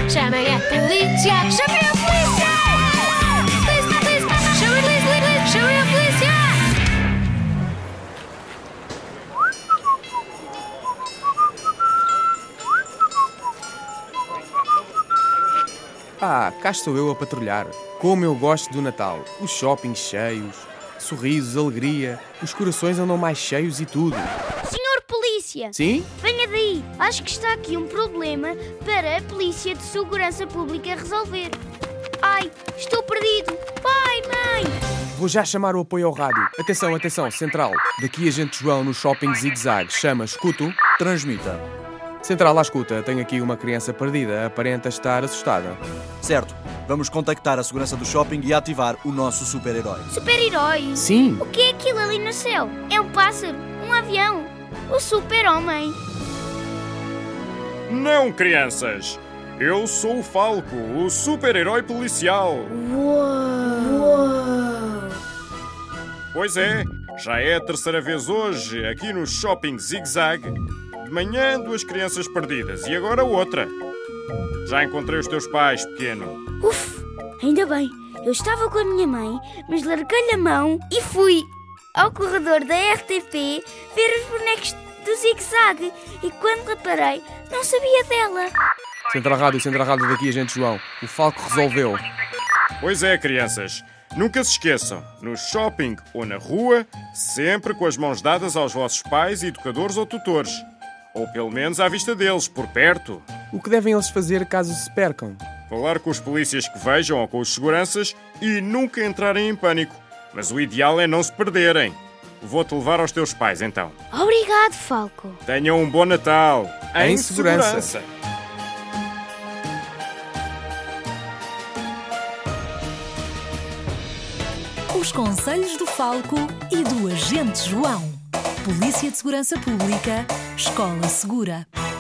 Chamem a polícia! Chamem a polícia! Polícia, polícia! Chamem a polícia! Chamem a polícia! Ah, cá estou eu a patrulhar. Como eu gosto do Natal. Os shoppings cheios, sorrisos, alegria. Os corações andam mais cheios e tudo. Senhor Polícia! Sim? Venha daí! Acho que está aqui um problema para a Polícia de Segurança Pública resolver. Ai, estou perdido! Pai, mãe! Vou já chamar o apoio ao rádio. Atenção, atenção, central. Daqui agente João no shopping Zig-Zag. Chama, escuto, transmita. Central, à escuta. Tenho aqui uma criança perdida. Aparenta estar assustada. Certo, vamos contactar a segurança do shopping e ativar o nosso super-herói. Super-herói? Sim. O que é aquilo ali no céu? É um pássaro? Um avião? O super-homem? Não, crianças! Eu sou o Falco, o super-herói policial. Uou! Pois é, já é a terceira vez hoje aqui no shopping Zig-Zag. De manhã, 2 crianças perdidas e agora outra. Já encontrei os teus pais, pequeno. Uf, ainda bem. Eu estava com a minha mãe, mas larguei-lhe a mão e fui ao corredor da RTP ver os bonecos do Zig-Zag. E quando reparei, não sabia dela. Central Rádio, daqui agente João. O Falco resolveu. Pois é, crianças. Nunca se esqueçam, no shopping ou na rua, sempre com as mãos dadas aos vossos pais, educadores ou tutores. Ou pelo menos à vista deles, por perto. O que devem eles fazer caso se percam? Falar com os polícias que vejam ou com os seguranças e nunca entrarem em pânico. Mas o ideal é não se perderem. Vou-te levar aos teus pais, então. Obrigado, Falco. Tenham um bom Natal. Em segurança. Os conselhos do Falco e do agente João. Polícia de Segurança Pública, Escola Segura.